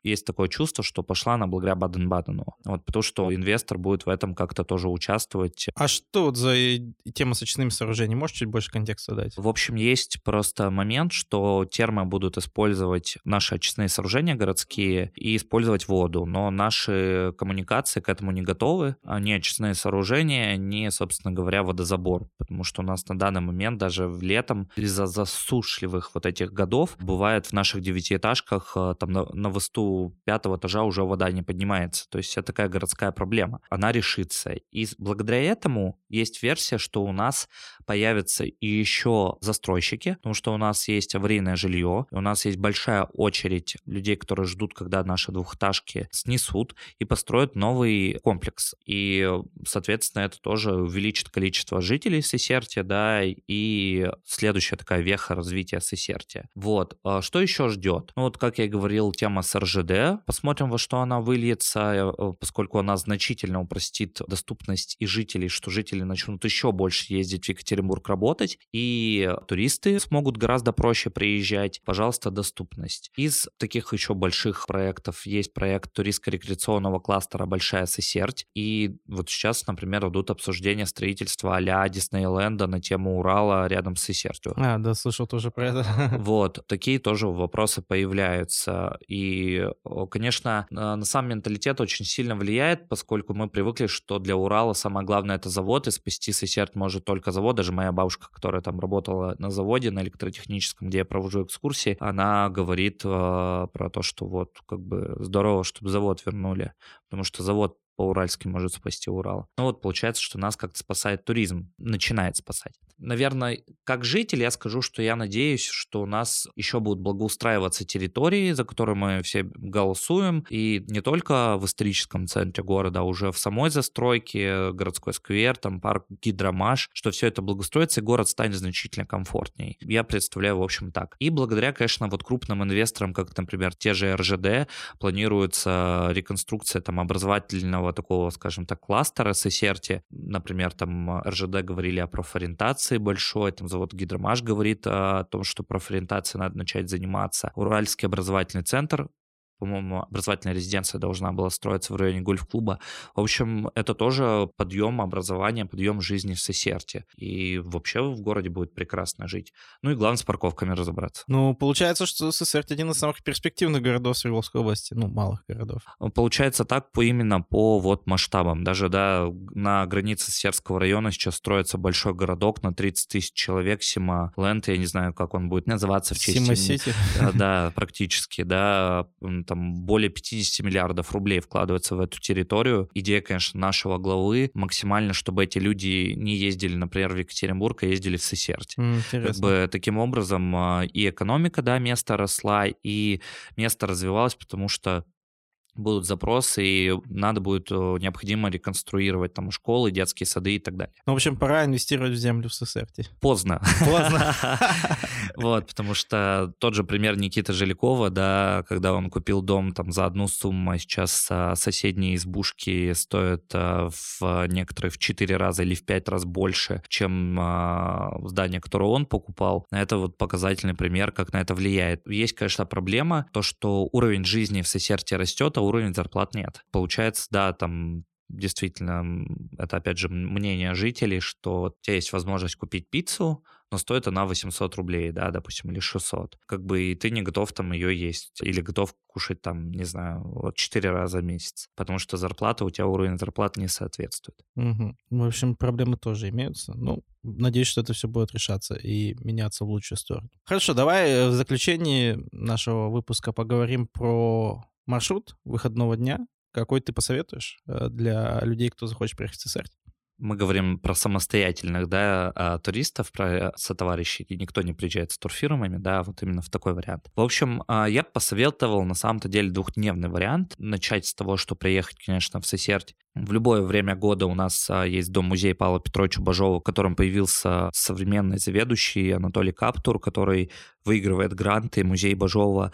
есть такое чувство, что пошла она благодаря Баден-Бадену. Вот, потому что инвестор будет в этом как-то тоже участвовать. А что вот за тема с очистными сооружениями? Можешь чуть больше контекста дать? В общем, есть просто момент, что термы будут использовать наши очистные сооружения городские и использовать воду, но наши коммуникации к этому не готовы. Ни очистные сооружения, ни, собственно говоря, водозабор, потому что у нас на данный момент даже летом из-за засушливых вот этих годов бывает в наших 9-этажках там на высту 5-го этажа уже вода не поднимается. То есть это такая городская проблема. Она решится. И благодаря этому есть версия, что у нас появятся и еще застройщики, потому что у нас есть аварийное жилье, у нас есть большая очередь людей, которые ждут, когда наши двухэтажки снесут и построят новый комплекс. И, соответственно, это тоже увеличит количество жителей Сесерти, да, и следующая такая веха развития Сесерти. Вот. Что еще ждет? Ну, вот, как я и говорил, тема с РЖД. Посмотрим, во что она выльется, поскольку она значительно упростит доступность и жителей, что жители начнут еще больше ездить в Екатеринбург работать, и туристы смогут гораздо проще приезжать. Пожалуйста, доступность. Из таких еще больших проектов есть проект туристско-рекреационного кластера «Большая Сесерть», и вот сейчас, например, идут обсуждения строительства а-ля Диснейленда на тему Урала рядом с Сесертью. Да, слышал тоже про это. Вот, такие тоже вопросы появляются. И, конечно, на сам менталитет очень сильно влияет, поскольку мы привыкли, что для Урала самое главное — это завод, и спасти Сесерть может только завод. Даже моя бабушка, которая там работала на заводе, на электротехническом, где я провожу экскурсии, она говорит про то, что вот как бы здорово, чтобы завод вернули, потому что завод по-уральски может спасти Урал. Ну вот получается, что нас как-то спасает туризм, начинает спасать. Наверное, как житель я скажу, что я надеюсь, что у нас еще будут благоустраиваться территории, за которые мы все голосуем, и не только в историческом центре города, а уже в самой застройке, городской сквер, там парк Гидромаш, что все это благоустроится, и город станет значительно комфортней. Я представляю, в общем, так. И благодаря, конечно, вот крупным инвесторам, как, например, те же РЖД, планируется реконструкция там образовательного такого, скажем так, кластера Сесерти. Например, там РЖД говорили о профориентации большой, там завод Гидромаш говорит о том, что профориентацией надо начать заниматься. Уральский образовательный центр, по-моему, образовательная резиденция должна была строиться в районе гольф-клуба. В общем, это тоже подъем образования, подъем жизни в Сесерти. И вообще в городе будет прекрасно жить. Ну и главное, с парковками разобраться. Ну, получается, что Сесерти один из самых перспективных городов Свердловской области. Ну, малых городов. Получается так именно по вот масштабам. Даже, да, на границе Сесертского района сейчас строится большой городок на 30 тысяч человек, Сима-Ленд, я не знаю, как он будет называться в честь... Сима-Сити? Да, практически, да. Там более 50 миллиардов рублей вкладывается в эту территорию. Идея, конечно, нашего главы максимально, чтобы эти люди не ездили, например, в Екатеринбург, а ездили в Сесерть. Как бы таким образом и экономика, да, место росла, и место развивалось, потому что будут запросы, и надо будет необходимо реконструировать там школы, детские сады и так далее. Ну, в общем, пора инвестировать в землю в Сесерти. Поздно. Вот, потому что тот же пример Никиты Жилякова, да, когда он купил дом там за одну сумму, а сейчас соседние избушки стоят в некоторые в 4 раза или в 5 раз больше, чем здание, которое он покупал. Это вот показательный пример, как на это влияет. Есть, конечно, проблема, то, что уровень жизни в Сесерти растет, а уровень зарплат нет. Получается, да, там действительно, это опять же мнение жителей, что у тебя есть возможность купить пиццу, но стоит она 800 рублей, да, допустим, или 600. Как бы и ты не готов там ее есть, или готов кушать там, не знаю, вот 4 раза в месяц, потому что зарплата, у тебя уровень зарплаты не соответствует. Угу. В общем, проблемы тоже имеются. Ну, надеюсь, что это все будет решаться и меняться в лучшую сторону. Хорошо, давай в заключении нашего выпуска поговорим про маршрут выходного дня. Какой ты посоветуешь для людей, кто захочет приехать в Сесерть? Мы говорим про самостоятельных, да, туристов, про сотоварищей, и никто не приезжает с турфирмами, да, вот именно в такой вариант. В общем, я бы посоветовал, на самом-то деле, 2-дневный вариант. Начать с того, что приехать, конечно, в Сесерть. В любое время года у нас есть дом-музей Павла Петровича Бажова, в котором появился современный заведующий Анатолий Каптур, который выигрывает гранты. Музей Бажова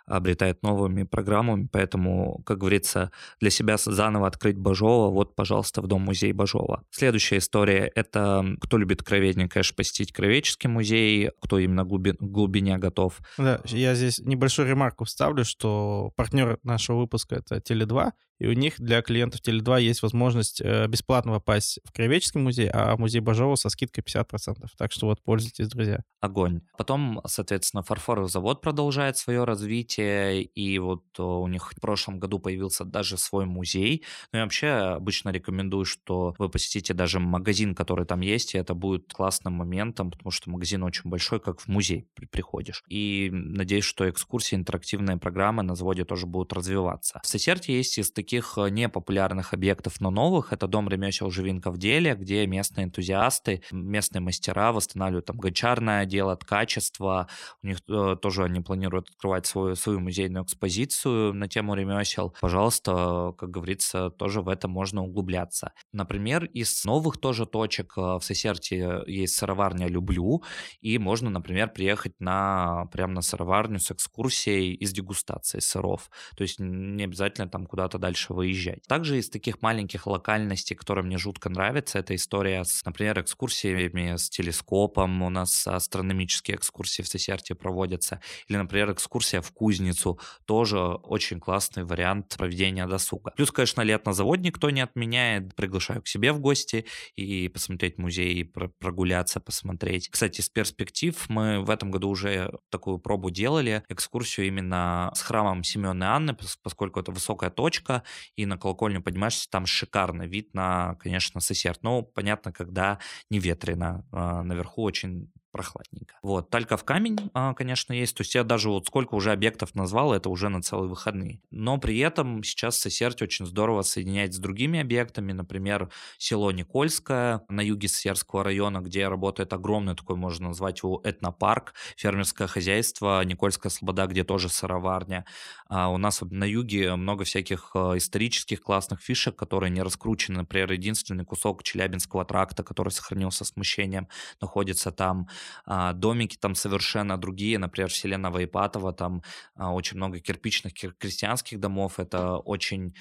обретает новыми программами, поэтому, как говорится, для себя заново открыть Бажова, вот, пожалуйста, в Дом-музей Бажова. Следующая история — это кто любит краеведение, конечно, посетить краеведческий музей, кто именно в глубине готов. Да, я здесь небольшую ремарку вставлю, что партнер нашего выпуска — это Теле2, и у них для клиентов Теле2 есть возможность бесплатно попасть в краеведческий музей, а музей Бажова со скидкой 50%. Так что вот, пользуйтесь, друзья. Огонь. Потом, соответственно, фарфоровый завод продолжает свое развитие, и вот у них в прошлом году появился даже свой музей. Ну и вообще обычно рекомендую, что вы посетите даже магазин, который там есть, и это будет классным моментом, потому что магазин очень большой, как в музей приходишь. И надеюсь, что экскурсии, интерактивные программы на заводе тоже будут развиваться. В Сесерте есть из таких непопулярных объектов, но новых. Это дом ремесел «Живинка в деле», где местные энтузиасты, местные мастера восстанавливают там гончарное дело, ткачество. У них тоже они планируют открывать свою музейную экспозицию на тему ремесел. Пожалуйста, как говорится, тоже в это можно углубляться. Например, из новых тоже точек в Сесерте есть сыроварня «Люблю», и можно, например, приехать прямо на сыроварню с экскурсией и с дегустацией сыров. То есть не обязательно там куда-то дальше выезжать. Также из таких маленьких локальностей, которые мне жутко нравятся, это история с, например, экскурсиями с телескопом. У нас астрономические экскурсии в Сесерте проводятся. Или, например, экскурсия в кузницу. Тоже очень классный вариант проведения досуга. Плюс, конечно, лет на завод никто не отменяет. Приглашаю к себе в гости и посмотреть музей, и прогуляться, посмотреть. Кстати, с перспектив мы в этом году уже такую пробу делали. Экскурсию именно с храмом Симеона и Анны, поскольку это высокая точка, и на колокольню поднимаешься, там шикарный вид на, конечно, Сесерт. Ну, понятно, когда не ветрено, наверху очень прохладненько. Вот, Талька в камень, конечно, есть. То есть я даже вот сколько уже объектов назвал, это уже на целые выходные. Но при этом сейчас Сесерт очень здорово соединяет с другими объектами. Например, село Никольское на юге Сесерского района, где работает огромный такой, можно назвать его этнопарк, фермерское хозяйство, Никольская слобода, где тоже сыроварня. У нас на юге много всяких исторических классных фишек, которые не раскручены. Например, единственный кусок Челябинского тракта, который сохранился с мощением, находится там. Домики там совершенно другие, например, в селе Новоипатово там очень много кирпичных крестьянских домов, это очень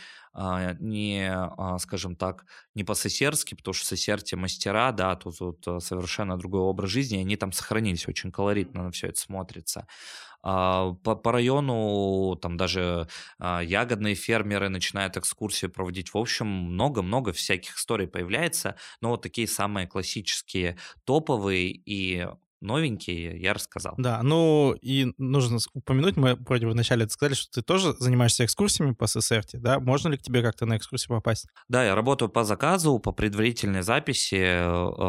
скажем так, не по-сесерски, потому что в Сесерте мастера, да, тут совершенно другой образ жизни, и они там сохранились, очень колоритно на все это смотрится. По району там даже ягодные фермеры начинают экскурсии проводить. В общем, много-много всяких историй появляется, но вот такие самые классические, топовые и новенькие я рассказал. Да, ну и нужно упомянуть, мы вроде бы вначале сказали, что ты тоже занимаешься экскурсиями по Сесерте, да? Можно ли к тебе как-то на экскурсию попасть? Да, я работаю по заказу, по предварительной записи,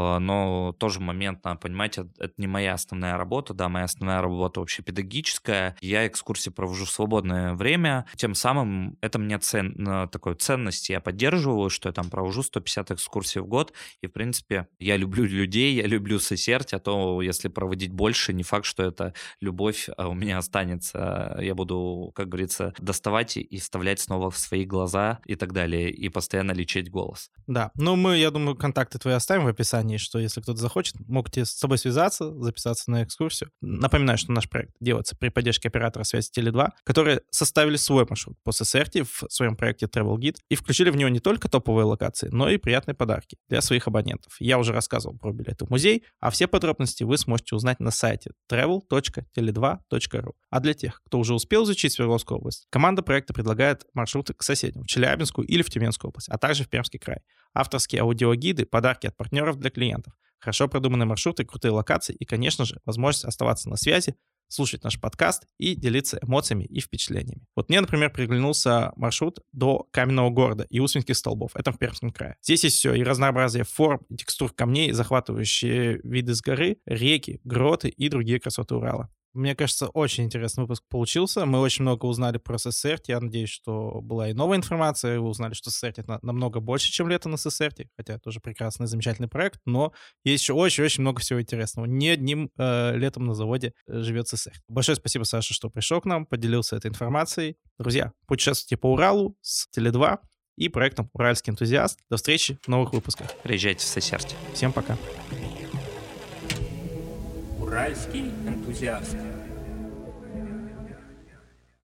но тоже моментно, понимаете, это не моя основная работа, да, моя основная работа общепедагогическая. Я экскурсии провожу в свободное время, тем самым это мне такой ценности я поддерживаю, что я там провожу 150 экскурсий в год, и, в принципе, я люблю людей, я люблю Сесерт, а то, если проводить больше, не факт, что эта любовь у меня останется. Я буду, как говорится, доставать и вставлять снова в свои глаза и так далее, и постоянно лечить голос. Да, ну мы, я думаю, контакты твои оставим в описании, что если кто-то захочет, могут с тобой связаться, записаться на экскурсию. Напоминаю, что наш проект делается при поддержке оператора связи Теле2, которые составили свой маршрут по Сесерте в своем проекте Travel Guide и включили в него не только топовые локации, но и приятные подарки для своих абонентов. Я уже рассказывал про билеты в музей, а все подробности вы сможете узнать на сайте travel.tele2.ru. А для тех, кто уже успел изучить Свердловскую область, команда проекта предлагает маршруты к соседям в Челябинскую или в Тюменскую область, а также в Пермский край. Авторские аудиогиды, подарки от партнеров для клиентов, хорошо продуманные маршруты, крутые локации и, конечно же, возможность оставаться на связи, слушать наш подкаст и делиться эмоциями и впечатлениями. Вот мне, например, приглянулся маршрут до Каменного города и Усвинских столбов. Это в Пермском крае. Здесь есть все, и разнообразие форм, и текстур камней, захватывающие виды с горы, реки, гроты и другие красоты Урала. Мне кажется, очень интересный выпуск получился. Мы очень много узнали про Сесерт. Я надеюсь, что была и новая информация. Вы узнали, что Сесерт намного больше, чем лето на Сесерте. Хотя тоже прекрасный, замечательный проект. Но есть еще очень-очень много всего интересного. Не одним летом на заводе живет Сесерт. Большое спасибо, Саша, что пришел к нам, поделился этой информацией. Друзья, путешествуйте по Уралу с Теле2 и проектом «Уральский энтузиаст». До встречи в новых выпусках. Приезжайте в Сесерт. Всем пока. Уральский энтузиаст.